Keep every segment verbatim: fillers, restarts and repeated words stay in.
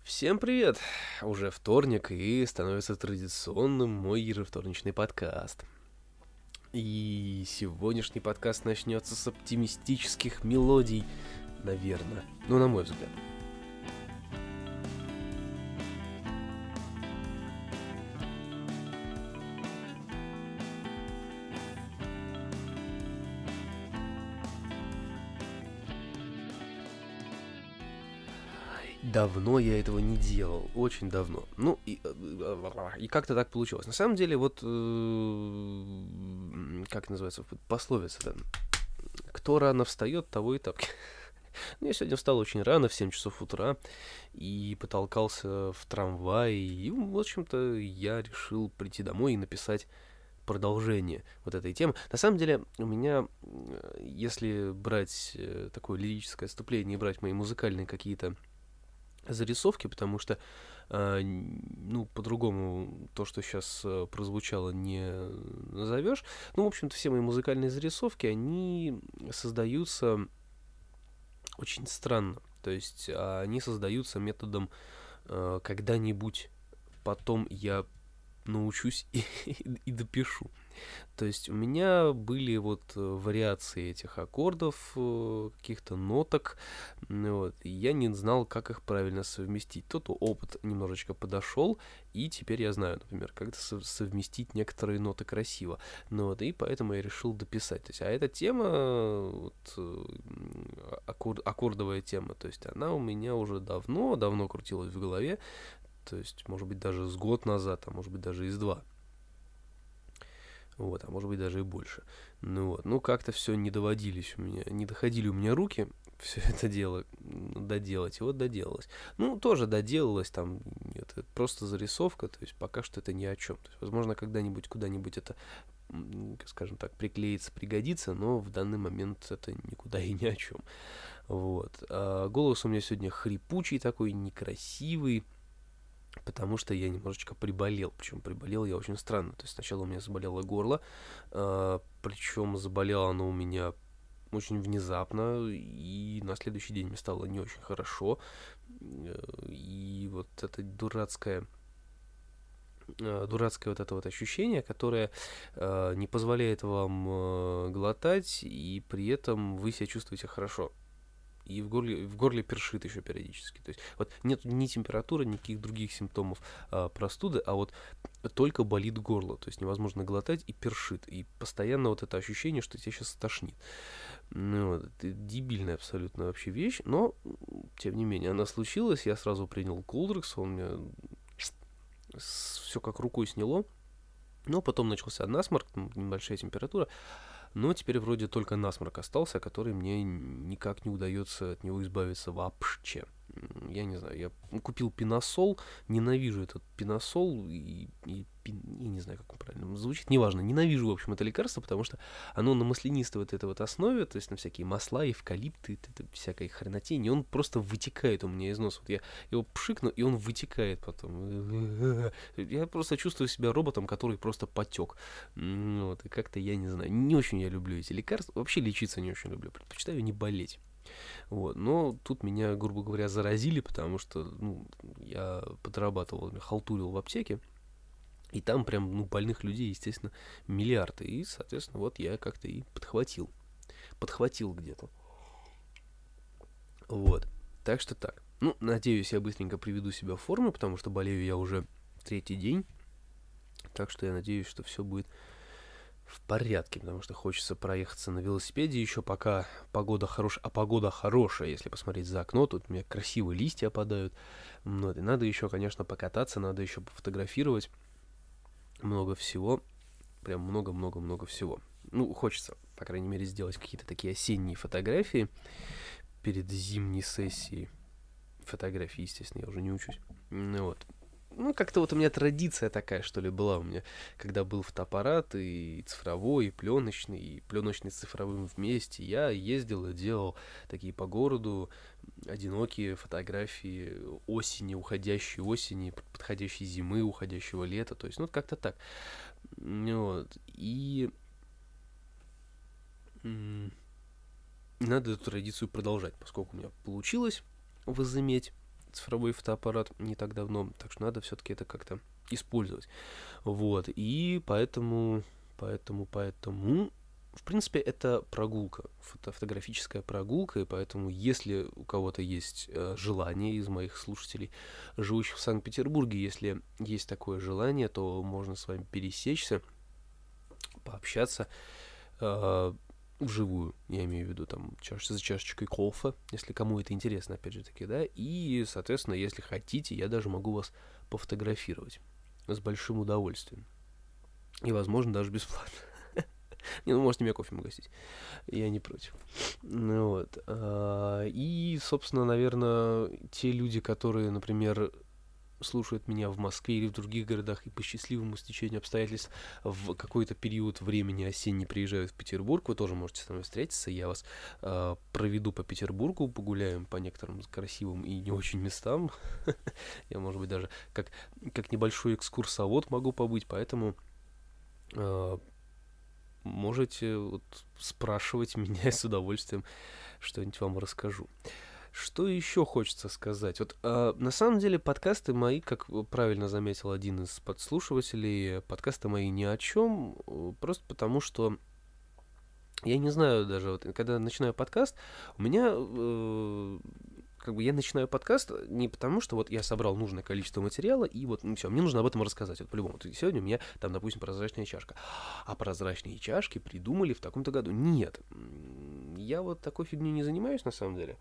Всем привет! Уже вторник, и становится традиционным мой ежевторничный подкаст. И сегодняшний подкаст начнется с оптимистических мелодий, наверное. Ну, на мой взгляд. Давно я этого не делал, очень давно. Ну, и, и как-то так получилось. На самом деле, вот, э, как называется, пословица-то, кто рано встает, того и тапки. Я сегодня встал очень рано, в семь часов утра, и потолкался в трамвай, и, в общем-то, я решил прийти домой и написать продолжение вот этой темы. На самом деле, у меня, если брать такое лирическое отступление и брать мои музыкальные какие-то зарисовки, потому что, э, ну, по-другому то, что сейчас э, прозвучало, не назовешь. Ну, в общем-то, все мои музыкальные зарисовки, они создаются очень странно. То есть они создаются методом э, когда-нибудь потом я научусь и, и допишу. То есть у меня были вот вариации этих аккордов, каких-то ноток, вот, и я не знал, как их правильно совместить. Тот опыт немножечко подошел, и теперь я знаю, например, как совместить некоторые ноты красиво. Ну, вот, и поэтому я решил дописать. То есть, а эта тема, вот, аккорд, аккордовая тема, то есть она у меня уже давно, давно крутилась в голове, то есть, может быть, даже с год назад, а может быть, даже из два. Вот, а может быть даже и больше. Ну вот, ну как-то все не доводились у меня, не доходили у меня руки все это дело доделать, и вот доделалось. Ну, тоже доделалось, там, это просто зарисовка, то есть пока что это ни о чем. То есть, возможно, когда-нибудь куда-нибудь это, скажем так, приклеится, пригодится, но в данный момент это никуда и ни о чем. Вот. А голос у меня сегодня хрипучий такой, некрасивый, потому что я немножечко приболел, причем приболел я очень странно. То есть сначала у меня заболело горло, э, причем заболело оно у меня очень внезапно, и на следующий день мне стало не очень хорошо. И вот это дурацкое, э, дурацкое вот это вот ощущение, которое э, не позволяет вам э, глотать, и при этом вы себя чувствуете хорошо. И в горле, в горле першит еще периодически. То есть вот нет ни температуры, никаких других симптомов а, простуды, а вот только болит горло. То есть невозможно глотать и першит. И постоянно вот это ощущение, что тебя сейчас стошнит. Ну, вот, это дебильная абсолютно вообще вещь, но тем не менее она случилась. Я сразу принял Колдрекс, он мне все как рукой сняло. Но потом начался насморк, небольшая температура. Но теперь вроде только насморк остался, который мне никак не удается от него избавиться вообще. Я не знаю, я купил пиносол, ненавижу этот пиносол, и, и, и не знаю, как он правильно звучит, неважно, ненавижу, в общем, это лекарство, потому что оно на маслянистой вот этой вот основе, то есть на всякие масла, эвкалипты, это всякой хренотень, и он просто вытекает у меня из носа. Вот я его пшикну, и он вытекает потом. Я просто чувствую себя роботом, который просто потек. Вот, и как-то я не знаю, не очень я люблю эти лекарства, вообще лечиться не очень люблю, предпочитаю не болеть. Вот, но тут меня, грубо говоря, заразили, потому что, ну, я подрабатывал, халтурил в аптеке, и там прям, ну, больных людей, естественно, миллиарды, и, соответственно, вот я как-то и подхватил, подхватил где-то. Вот, так что так. Ну, надеюсь, я быстренько приведу себя в форму, потому что болею я уже третий день, так что я надеюсь, что все будет в порядке, потому что хочется проехаться на велосипеде еще, пока погода хорошая, а погода хорошая, если посмотреть за окно, тут у меня красивые листья опадают, вот, и надо еще, конечно, покататься, надо еще пофотографировать, много всего, прям много-много-много всего. Ну, хочется, по крайней мере, сделать какие-то такие осенние фотографии перед зимней сессией. Фотографии, естественно, я уже не учусь. Ну вот. Ну, как-то вот у меня традиция такая, что ли, была у меня, когда был фотоаппарат и цифровой, и пленочный, и пленочный с цифровым вместе. Я ездил и делал такие по городу одинокие фотографии осени, уходящей осени, подходящей зимы, уходящего лета. То есть, ну, как-то так. Вот. И надо эту традицию продолжать, поскольку у меня получилось возыметь цифровой фотоаппарат не так давно, так что надо все-таки это как-то использовать. Вот, и поэтому, поэтому, поэтому, в принципе, это прогулка, фото фотографическая прогулка, и поэтому, если у кого-то есть э, желание из моих слушателей, живущих в Санкт-Петербурге, если есть такое желание, то можно с вами пересечься, пообщаться, э, вживую, я имею в виду, там, чаш за чашечкой кофе, если кому это интересно, опять же таки, да, и, соответственно, если хотите, я даже могу вас пофотографировать с большим удовольствием, и, возможно, даже бесплатно. Не, ну, можете меня кофе угостить, я не против. Ну, вот. а, И, собственно, наверное, те люди, которые, например, слушают меня в Москве или в других городах и по счастливому стечению обстоятельств в какой-то период времени осенний приезжают в Петербург, вы тоже можете с нами встретиться, я вас э, проведу по Петербургу, погуляем по некоторым красивым и не очень местам. Я, может быть, даже как, как небольшой экскурсовод могу побыть, поэтому э, можете вот спрашивать меня, я с удовольствием что-нибудь вам расскажу. Что еще хочется сказать? Вот а, на самом деле подкасты мои, как правильно заметил один из подслушивателей, подкасты мои ни о чем, э, просто потому что я не знаю даже, вот, когда начинаю подкаст, у меня э, как бы я начинаю подкаст не потому, что вот я собрал нужное количество материала, и вот ну, все, мне нужно об этом рассказать. Вот по-любому. Вот сегодня у меня там, допустим, прозрачная чашка. А прозрачные чашки придумали в таком-то году. Нет. Я вот такой фигней не занимаюсь на самом деле.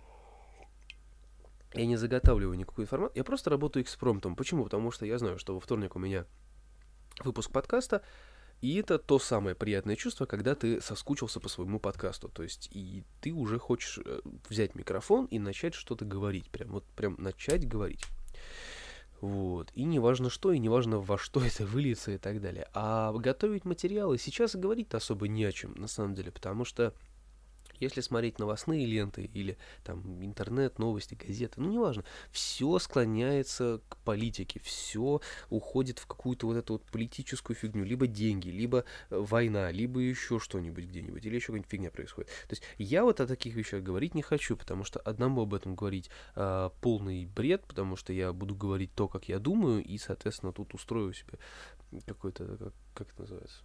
Я не заготавливаю никакой информацию, я просто работаю экспромтом. Почему? Потому что я знаю, что во вторник у меня выпуск подкаста, и это то самое приятное чувство, когда ты соскучился по своему подкасту. То есть, и ты уже хочешь э, взять микрофон и начать что-то говорить. Прям вот прям начать говорить. Вот. И не важно что, и не важно во что это выльется и так далее. А готовить материалы сейчас говорить-то особо не о чем, на самом деле, потому что если смотреть новостные ленты или там интернет, новости, газеты, ну неважно, все склоняется к политике, все уходит в какую-то вот эту вот политическую фигню, либо деньги, либо э, война, либо еще что-нибудь где-нибудь, или еще какая-нибудь фигня происходит. То есть я вот о таких вещах говорить не хочу, потому что одному об этом говорить э, полный бред, потому что я буду говорить то, как я думаю, и, соответственно, тут устрою себе какой-то, как, как это называется,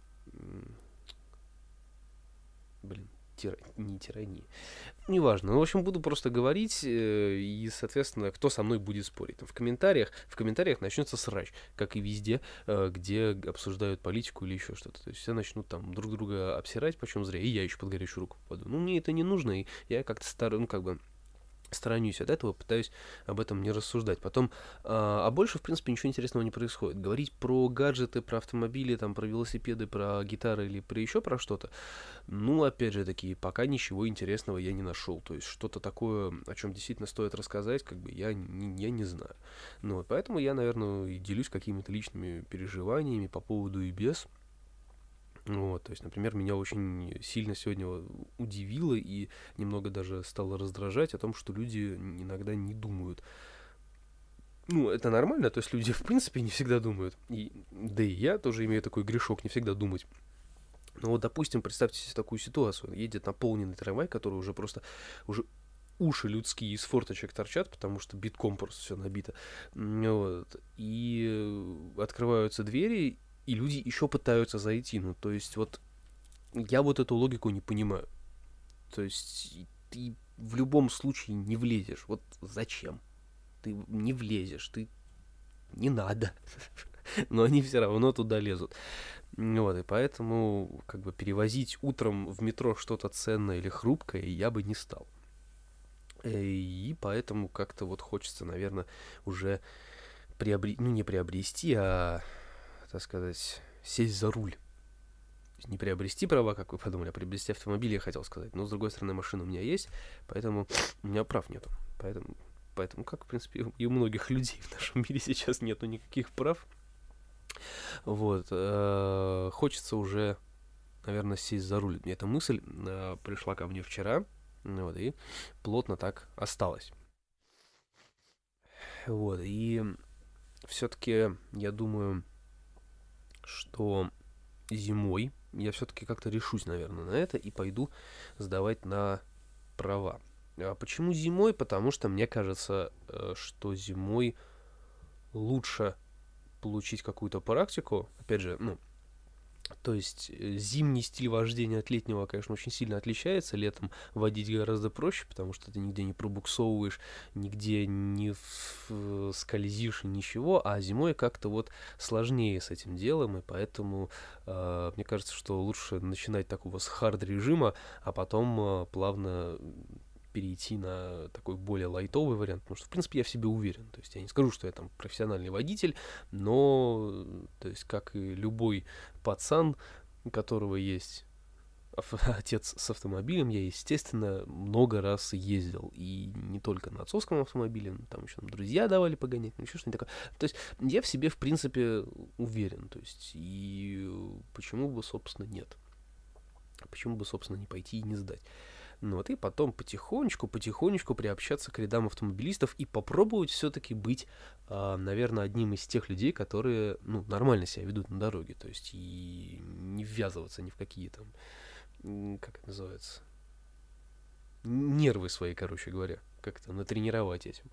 блин, Тира... не тирания. Неважно. Ну, в общем, буду просто говорить, э, и, соответственно, кто со мной будет спорить. Там, в комментариях, в комментариях начнется срач, как и везде, э, где обсуждают политику или еще что-то. То есть все начнут там друг друга обсирать, почем зря, и я еще под горячую руку попаду. Ну, мне это не нужно, и я как-то старый, ну, как бы сторонюсь от этого, пытаюсь об этом не рассуждать. Потом, а, а больше, в принципе, ничего интересного не происходит. Говорить про гаджеты, про автомобили, там, про велосипеды, про гитары или про еще про что-то, ну, опять же таки, пока ничего интересного я не нашел. То есть что-то такое, о чем действительно стоит рассказать, как бы я не, я не знаю. Ну, вот поэтому я, наверное, и делюсь какими-то личными переживаниями по поводу и без. Вот, то есть, например, меня очень сильно сегодня удивило и немного даже стало раздражать о том, что люди иногда не думают. Ну, это нормально, то есть люди в принципе не всегда думают. И, да и я тоже имею такой грешок не всегда думать. Но вот, допустим, представьте себе такую ситуацию. Едет наполненный трамвай, который уже просто, уже уши людские из форточек торчат, потому что битком просто все набито. Вот. И открываются двери, и люди еще пытаются зайти. Ну, то есть, вот я вот эту логику не понимаю. То есть, ты в любом случае не влезешь. Вот зачем? Ты не влезешь, ты не надо. Но они все равно туда лезут. Вот, и поэтому, как бы, перевозить утром в метро что-то ценное или хрупкое я бы не стал. И поэтому как-то вот хочется, наверное, уже приобрести, ну, не приобрести, а, так сказать, сесть за руль. Не приобрести права, как вы подумали, а приобрести автомобиль, я хотел сказать. Но, с другой стороны, машина у меня есть, поэтому у меня прав нету. Поэтому, поэтому как, в принципе, и у многих людей в нашем мире сейчас нету никаких прав. Вот. Э, хочется уже, наверное, сесть за руль. Мне эта мысль э, пришла ко мне вчера, вот, и плотно так осталась. Вот, и все-таки я думаю, что зимой я все-таки как-то решусь, наверное, на это и пойду сдавать на права. А почему зимой? Потому что мне кажется, э, что зимой лучше получить какую-то практику. Опять же, ну, то есть э, зимний стиль вождения от летнего, конечно, очень сильно отличается. Летом водить гораздо проще, потому что ты нигде не пробуксовываешь, нигде не в- э, скользишь, ничего. А зимой как-то вот сложнее с этим делом, и поэтому э, мне кажется, что лучше начинать такого с хард-режима, а потом э, плавно перейти на такой более лайтовый вариант, потому что, в принципе, я в себе уверен. То есть я не скажу, что я там профессиональный водитель, но, э, то есть, как и любой пацан, у которого есть отец с автомобилем, я, естественно, много раз ездил. И не только на отцовском автомобиле, но там еще там друзья давали погонять, ну еще что-нибудь такое. То есть я в себе, в принципе, уверен. То есть и почему бы, собственно, нет. Почему бы, собственно, не пойти и не сдать. Ну вот, и потом потихонечку, потихонечку приобщаться к рядам автомобилистов и попробовать все-таки быть, а, наверное, одним из тех людей, которые, ну, нормально себя ведут на дороге, то есть и не ввязываться ни в какие там, м, как это называется, нервы свои, короче говоря, как-то натренировать этим.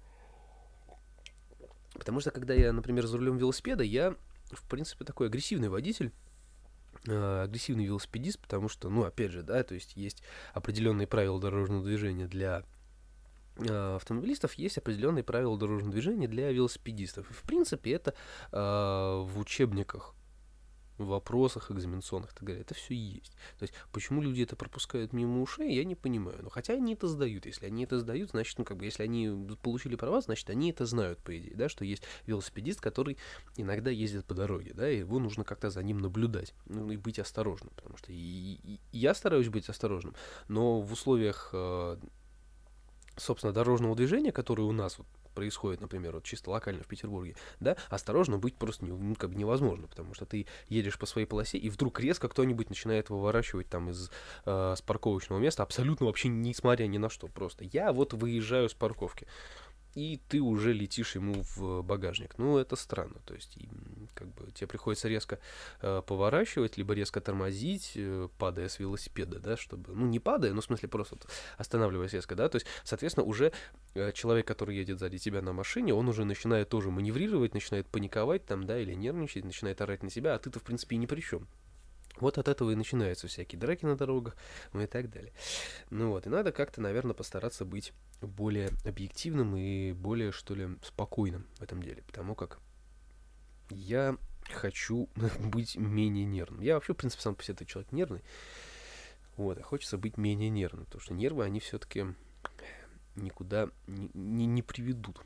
Потому что, когда я, например, за рулем велосипеда, я, в принципе, такой агрессивный водитель, э, агрессивный велосипедист, потому что, ну, опять же, да, то есть есть определенные правила дорожного движения для э, автомобилистов, есть определенные правила дорожного движения для велосипедистов. И, в принципе, это э, в учебниках, в вопросах экзаменационных и так далее. Это все есть. То есть, почему люди это пропускают мимо ушей, я не понимаю. Но хотя они это сдают. Если они это сдают, значит, ну, как бы, если они получили права, значит, они это знают, по идее, да, что есть велосипедист, который иногда ездит по дороге, да, и его нужно как-то за ним наблюдать, ну, и быть осторожным, потому что и, и- и я стараюсь быть осторожным, но в условиях э, собственно, дорожного движения, которое у нас вот происходит, например, вот чисто локально в Петербурге, да, осторожно быть просто не, ну, как бы невозможно, потому что ты едешь по своей полосе, и вдруг резко кто-нибудь начинает выворачивать там из э, с парковочного места, абсолютно вообще несмотря ни на что, просто. Я вот выезжаю с парковки, и ты уже летишь ему в багажник. Ну, это странно. То есть, и, как бы тебе приходится резко э, поворачивать, либо резко тормозить, э, падая с велосипеда, да, чтобы, ну, не падая, но в смысле просто вот останавливаясь резко, да, то есть, соответственно, уже э, человек, который едет сзади тебя на машине, он уже начинает тоже маневрировать, начинает паниковать там, да, или нервничать, начинает орать на себя, а ты-то, в принципе, и ни при чем. Вот от этого и начинаются всякие драки на дорогах, ну и так далее. Ну вот, и надо как-то, наверное, постараться быть более объективным и более, что ли, спокойным в этом деле, потому как я хочу быть менее нервным. Я вообще, в принципе, сам по себе человек нервный, вот, а хочется быть менее нервным, потому что нервы, они все-таки никуда не, не, не приведут.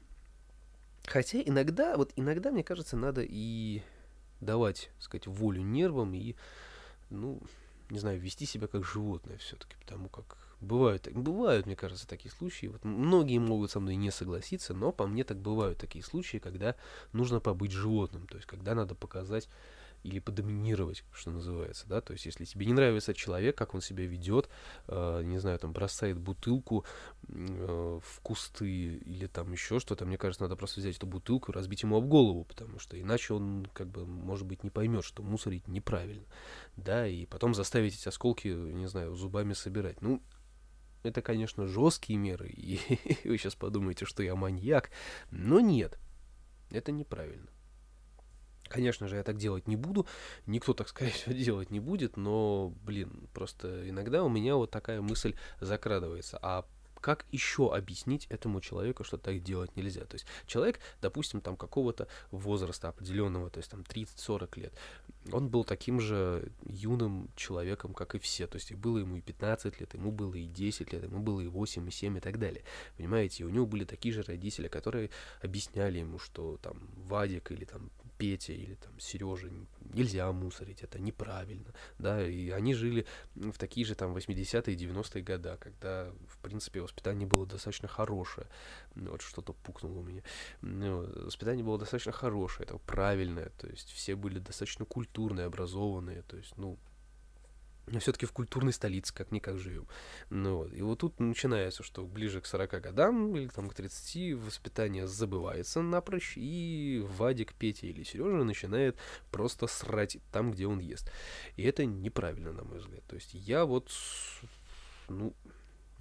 Хотя иногда, вот иногда, мне кажется, надо и давать, так сказать, волю нервам и, ну, не знаю, вести себя как животное все-таки, потому как бывают, бывают, мне кажется, такие случаи. Вот многие могут со мной не согласиться, но по мне так бывают такие случаи, когда нужно побыть животным, то есть когда надо показать или подоминировать, что называется, да, то есть если тебе не нравится человек, как он себя ведет, э, не знаю, там бросает бутылку э, в кусты или там еще что-то, мне кажется, надо просто взять эту бутылку и разбить ему об голову, потому что иначе он, как бы, может быть, не поймет, что мусорить неправильно, да, и потом заставить эти осколки, не знаю, зубами собирать. Ну, это, конечно, жесткие меры, и вы сейчас подумаете, что я маньяк, но нет, это неправильно. Конечно же, я так делать не буду, никто так, скорее всего, делать не будет, но, блин, просто иногда у меня вот такая мысль закрадывается. А как еще объяснить этому человеку, что так делать нельзя? То есть человек, допустим, там какого-то возраста определенного, то есть там тридцать-сорок лет, он был таким же юным человеком, как и все. То есть и было ему и пятнадцать лет, ему было и десять лет, ему было и восемь, и семь, и так далее. Понимаете, и у него были такие же родители, которые объясняли ему, что там Вадик или там Петя или там Сережа нельзя мусорить, это неправильно, да, и они жили в такие же там восьмидесятые, девяностые года, когда, в принципе, воспитание было достаточно хорошее, вот что-то пукнуло у меня, ну, воспитание было достаточно хорошее, это правильное, то есть все были достаточно культурные, образованные, то есть, ну, но все-таки в культурной столице, как-никак живем. Ну, вот. И вот тут начинается, что ближе к сорока годам или там, к тридцати воспитание забывается напрочь, и Вадик, Петя или Сережа начинает просто срать там, где он ест. И это неправильно, на мой взгляд. То есть я вот, ну,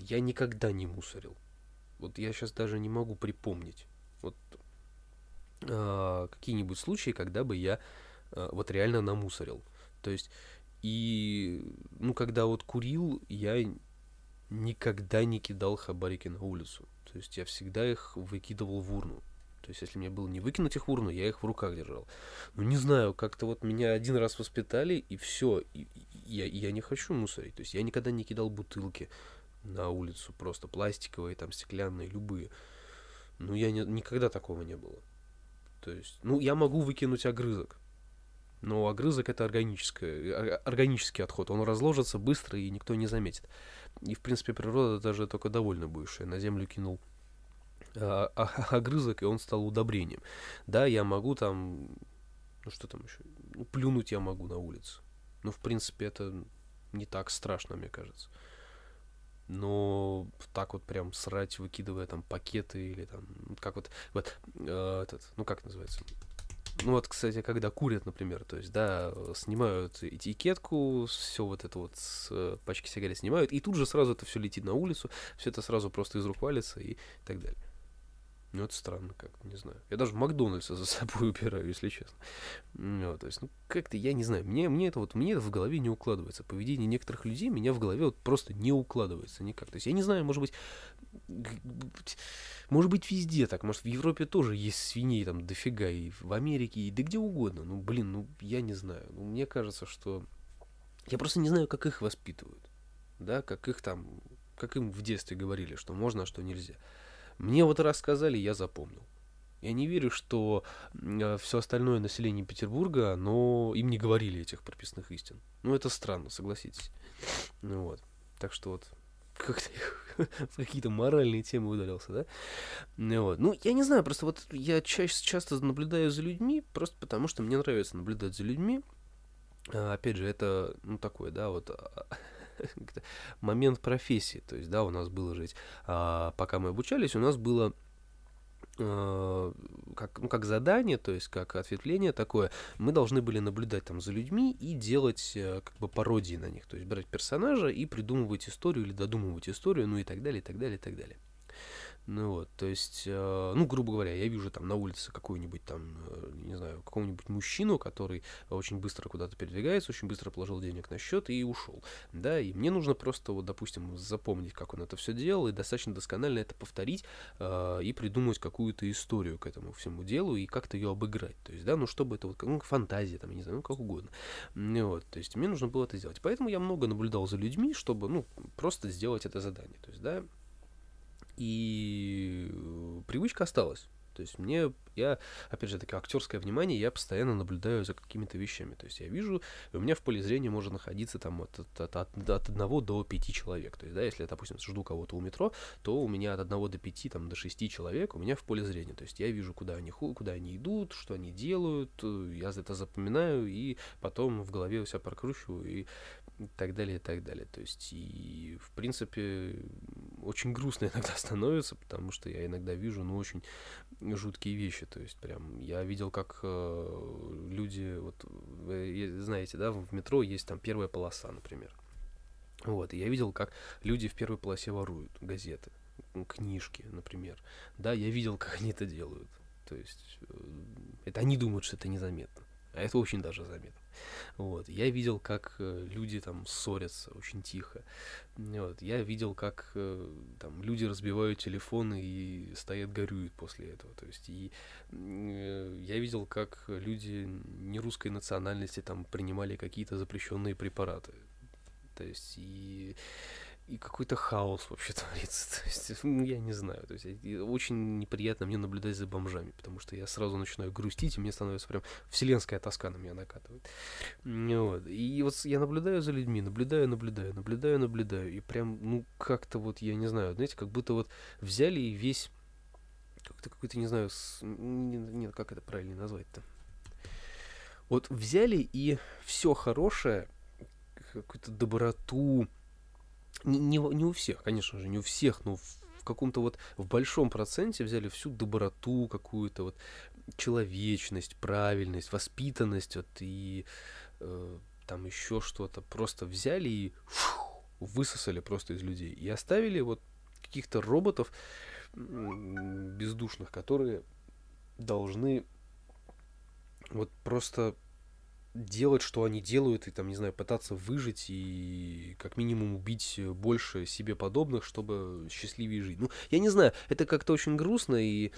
я никогда не мусорил. Вот я сейчас даже не могу припомнить вот а, какие-нибудь случаи, когда бы я а, вот реально намусорил. То есть, и, ну, когда вот курил, я никогда не кидал хабарики на улицу. То есть я всегда их выкидывал в урну. То есть если мне было не выкинуть их в урну, я их в руках держал. Ну не знаю, как-то вот меня один раз воспитали, и все. И, и я, и я не хочу мусорить. То есть я никогда не кидал бутылки на улицу, просто пластиковые, там, стеклянные, любые. Ну я не, никогда такого не было. То есть, ну я могу выкинуть огрызок. Но огрызок это органическое, органический отход. Он разложится быстро и никто не заметит. И, в принципе, природа даже только довольна будет, что я на землю кинул а, а, огрызок, и он стал удобрением. Да, я могу там, ну что там еще, ну, плюнуть я могу на улице. Ну, в принципе, это не так страшно, мне кажется. Но так вот прям срать, выкидывая там пакеты или там, как вот, вот э, этот, ну как называется, ну вот, кстати, когда курят, например, то есть, да, снимают этикетку, все вот это вот с э, пачки сигарет снимают, и тут же сразу это все летит на улицу, все это сразу просто из рук валится и так далее. Ну, это странно, как, не знаю. Я даже в Макдональдсе за собой убираю, если честно. Ну, то есть, ну, как-то, я не знаю, мне, мне это вот, мне это в голове не укладывается. Поведение некоторых людей меня в голове вот просто не укладывается никак. То есть, я не знаю, может быть, может быть, везде так. Может, в Европе тоже есть свиней там дофига, и в Америке, и да где угодно. Ну, блин, ну, я не знаю. Ну, мне кажется, что... Я просто не знаю, как их воспитывают. Да, как их там... Как им в детстве говорили, что можно, а что нельзя. Мне вот рассказали, я запомнил. Я не верю, что э, все остальное население Петербурга, но им не говорили этих прописных истин. Ну, это странно, согласитесь. Ну вот. Так что вот как-то в какие-то моральные темы ударился, да? Ну, вот. Ну, я не знаю, просто вот я ча- часто наблюдаю за людьми, просто потому что мне нравится наблюдать за людьми. А, опять же, это, ну, такое, да, вот а, момент профессии. То есть, да, у нас было жить. А, пока мы обучались, у нас было э, как, ну, как задание, то есть как ответвление такое, мы должны были наблюдать там за людьми и делать э, как бы пародии на них. То есть брать персонажа и придумывать историю или додумывать историю, ну и так далее, и так далее, и так далее. Ну вот, то есть, э, ну, грубо говоря, я вижу там на улице какую-нибудь там, э, не знаю, какого-нибудь мужчину, который очень быстро куда-то передвигается, очень быстро положил денег на счет и ушел, да, и мне нужно просто, вот, допустим, запомнить, как он это все делал, и достаточно досконально это повторить, э, и придумать какую-то историю к этому всему делу, и как-то ее обыграть, то есть, да, ну, чтобы это вот, ну, фантазия, там, я не знаю, ну, как угодно, ну, вот, то есть, мне нужно было это сделать, поэтому я много наблюдал за людьми, чтобы, ну, просто сделать это задание, то есть, да, и привычка осталась. То есть мне, я, опять же, такое актерское внимание, я постоянно наблюдаю за какими-то вещами. То есть я вижу, и у меня в поле зрения может находиться там от, от, от, от одного до пяти человек. То есть, да, если я, допустим, жду кого-то у метро, то у меня от одного до пяти, там, до шести человек у меня в поле зрения. То есть я вижу, куда они, куда они идут, что они делают, я это запоминаю, и потом в голове у себя прокручиваю, и и так далее, и так далее. То есть, и, в принципе, очень грустно иногда становится, потому что я иногда вижу, ну, очень жуткие вещи. То есть, прям, я видел, как э, люди, вот, вы знаете, да, в метро есть там первая полоса, например. Вот, и я видел, как люди в первой полосе воруют газеты, книжки, например. Да, я видел, как они это делают. То есть, э, это они думают, что это незаметно. А это очень даже заметно. Вот. Я видел, как э, люди там ссорятся очень тихо. Вот. Я видел, как э, там люди разбивают телефоны и стоят горюют после этого. То есть и э, я видел, как люди нерусской национальности там принимали какие-то запрещенные препараты. То есть и и какой-то хаос вообще творится. То есть, ну, я не знаю. То есть, очень неприятно мне наблюдать за бомжами, потому что я сразу начинаю грустить, и мне становится прям вселенская тоска на меня накатывает. Вот. И вот я наблюдаю за людьми, наблюдаю, наблюдаю, наблюдаю, наблюдаю, и прям, ну, как-то вот, я не знаю, знаете, как будто вот взяли и весь, как-то какой-то, не знаю, с... нет, как это правильно назвать-то? Вот взяли и все хорошее, какую-то доброту, Не, не, не у всех, конечно же, не у всех, но в, в каком-то вот в большом проценте взяли всю доброту, какую-то вот человечность, правильность, воспитанность, вот, и э, там еще что-то. Просто взяли и фу, высосали просто из людей и оставили вот каких-то роботов бездушных, которые должны вот просто делать, что они делают, и там, не знаю, пытаться выжить и как минимум убить больше себе подобных, чтобы счастливее жить. Ну, я не знаю, это как-то очень грустно, и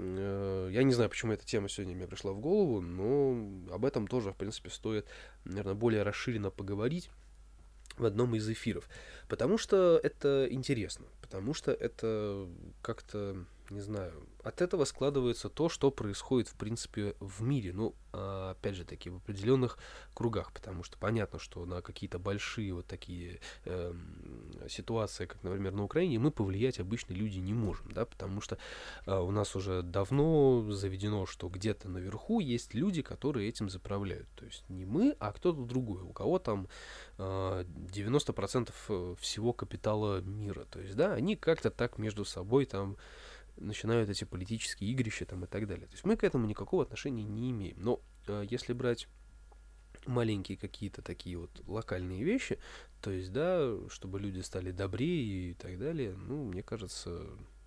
э, я не знаю, почему эта тема сегодня мне пришла в голову, но об этом тоже, в принципе, стоит, наверное, более расширенно поговорить в одном из эфиров. Потому что это интересно, потому что это как-то, не знаю, от этого складывается то, что происходит, в принципе, в мире. Ну, а, опять же таки, в определенных кругах, потому что понятно, что на какие-то большие вот такие э, ситуации, как, например, на Украине, мы повлиять обычно люди не можем, да, потому что э, у нас уже давно заведено, что где-то наверху есть люди, которые этим заправляют. То есть не мы, а кто-то другой, у кого там э, девяносто процентов всего капитала мира. То есть, да, они как-то так между собой там начинают эти политические игрища там и так далее. То есть мы к этому никакого отношения не имеем. Но э, если брать маленькие какие-то такие вот локальные вещи, то есть, да, чтобы люди стали добрее и так далее, ну, мне кажется,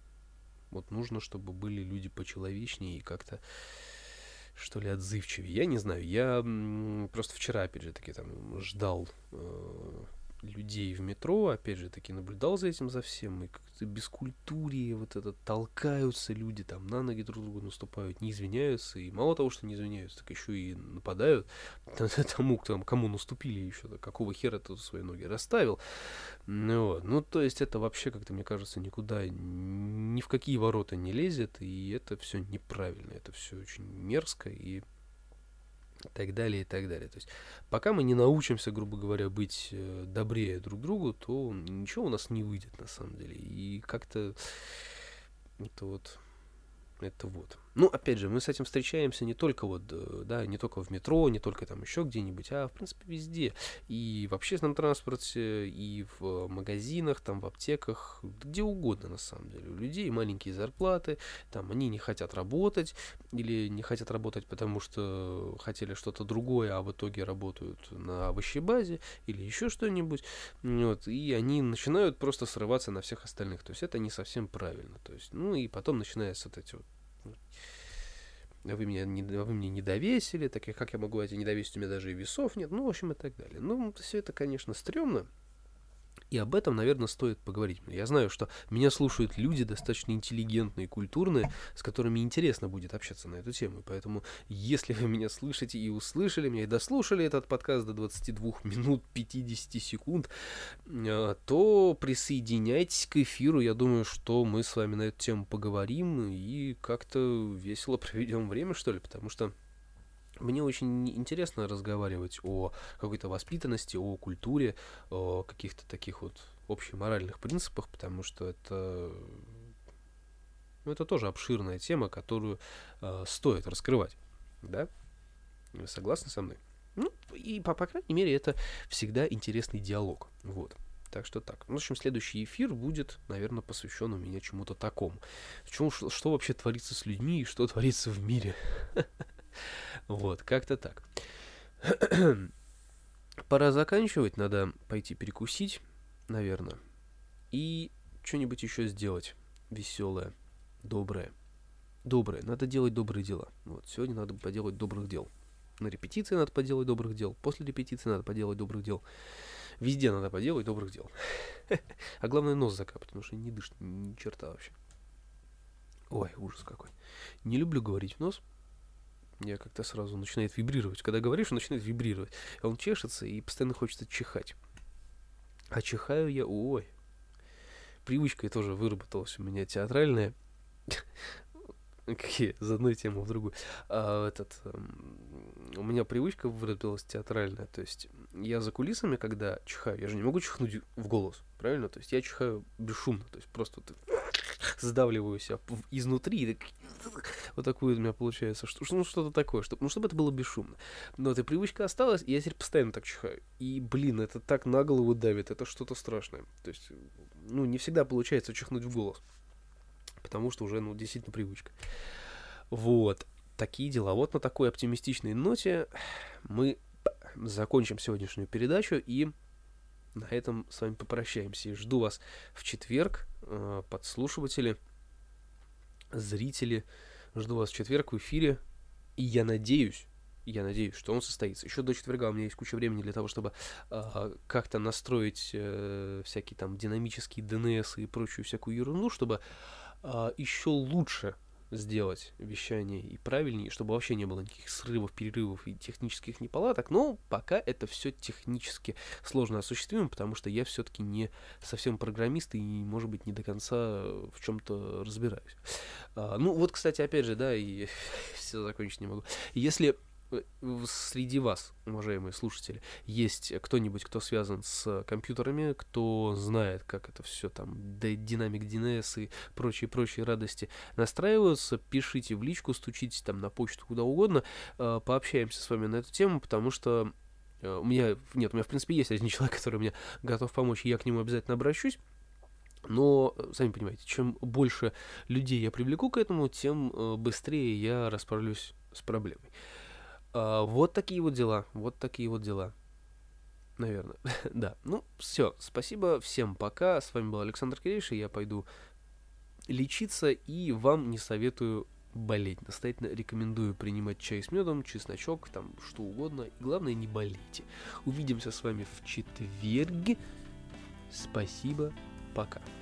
вот нужно, чтобы были люди почеловечнее и как-то, что ли, отзывчивее. Я не знаю, я м, просто вчера, опять же таки, там ждал э, людей в метро, опять же таки, наблюдал за этим, за всем, и как-то бескультурие, вот это, толкаются люди, там, на ноги друг другу наступают, не извиняются, и мало того, что не извиняются, так еще и нападают тому, кто, кому наступили еще, да, какого хера ты свои ноги расставил. Ну, вот. Ну, то есть это вообще как-то, мне кажется, никуда, ни в какие ворота не лезет, и это все неправильно, это все очень мерзко, и так далее, и так далее. То есть, пока мы не научимся, грубо говоря, быть э, добрее друг другу, то ничего у нас не выйдет, на самом деле. И как-то это вот... Это вот. Ну, опять же, мы с этим встречаемся не только вот, да, не только в метро, не только там еще где-нибудь, а в принципе везде. И в общественном транспорте, и в магазинах, там в аптеках, где угодно на самом деле. У людей маленькие зарплаты, там они не хотят работать, или не хотят работать, потому что хотели что-то другое, а в итоге работают на овощебазе, или еще что-нибудь. Вот, и они начинают просто срываться на всех остальных. То есть это не совсем правильно. То есть, ну и потом начинаются вот эти вот: вы меня не, вы мне не довесили, так как я могу эти не довесить, у меня даже и весов нет, ну, в общем, и так далее. Ну, все это, конечно, стрёмно, и об этом, наверное, стоит поговорить. Я знаю, что меня слушают люди достаточно интеллигентные, культурные, с которыми интересно будет общаться на эту тему. Поэтому, если вы меня слышите и услышали меня, и дослушали этот подкаст до двадцати двух минут пятидесяти секунд, то присоединяйтесь к эфиру. Я думаю, что мы с вами на эту тему поговорим и как-то весело проведем время, что ли, потому что мне очень интересно разговаривать о какой-то воспитанности, о культуре, о каких-то таких вот общеморальных принципах, потому что это, ну, это тоже обширная тема, которую э, стоит раскрывать, да? Вы согласны со мной? Ну, и, по, по крайней мере, это всегда интересный диалог, вот. Так что так. В общем, следующий эфир будет, наверное, посвящен у меня чему-то такому. В чем, что, что вообще творится с людьми и что творится в мире. Вот, как-то так. Пора заканчивать, надо пойти перекусить, наверное, и что-нибудь еще сделать веселое, доброе. Доброе, надо делать добрые дела. Вот, сегодня надо поделать добрых дел. На репетиции надо поделать добрых дел, после репетиции надо поделать добрых дел. Везде надо поделать добрых дел. А главное, нос закапать, потому что не дышит ни черта вообще. Ой, ужас какой. Не люблю говорить в нос. Я как-то сразу начинает вибрировать. Когда говоришь, он начинает вибрировать. Он чешется и постоянно хочется чихать. А чихаю я, ой. Привычка тоже выработалась у меня театральная. Какие? Из одной темы в другую. А, этот, у меня привычка выработалась театральная. То есть я за кулисами, когда чихаю, я же не могу чихнуть в голос, правильно? То есть я чихаю бесшумно. То есть просто вот сдавливаю себя изнутри. Вот такое у меня получается. Что, ну, что-то такое. Чтобы, ну, чтобы это было бесшумно. Но эта привычка осталась, и я теперь постоянно так чихаю. И, блин, это так на голову давит. Это что-то страшное. То есть, ну, не всегда получается чихнуть в голос. Потому что уже, ну, действительно привычка. Вот. Такие дела. Вот на такой оптимистичной ноте мы закончим сегодняшнюю передачу и на этом с вами попрощаемся. И жду вас в четверг, э, подслушиватели, зрители. Жду вас в четверг в эфире. И я надеюсь, я надеюсь, что он состоится. Еще до четверга у меня есть куча времени для того, чтобы э, как-то настроить э, всякие там динамические ди эн эс и прочую всякую ерунду, чтобы э, еще лучше сделать вещание и правильнее, чтобы вообще не было никаких срывов, перерывов и технических неполадок. Но пока это все технически сложно осуществимо, потому что я все-таки не совсем программист и, может быть, не до конца в чем-то разбираюсь. А, ну, вот, кстати, опять же, да, и все закончить не могу. Если среди вас, уважаемые слушатели, есть кто-нибудь, кто связан с компьютерами, кто знает, как это все там, динамик ди эн эс и прочие-прочие радости настраиваются, пишите в личку, стучите там на почту, куда угодно, пообщаемся с вами на эту тему, потому что у меня, нет, у меня в принципе есть один человек, который мне готов помочь, и я к нему обязательно обращусь. Но, сами понимаете, чем больше людей я привлеку к этому, тем быстрее я расправлюсь с проблемой. А, вот такие вот дела, вот такие вот дела, наверное. Да, ну все, спасибо, всем пока. С вами был Александр Кирейший, я пойду лечиться и вам не советую болеть. Настоятельно рекомендую принимать чай с медом, чесночок, там что угодно. И главное, не болейте. Увидимся с вами в четверг. Спасибо, пока.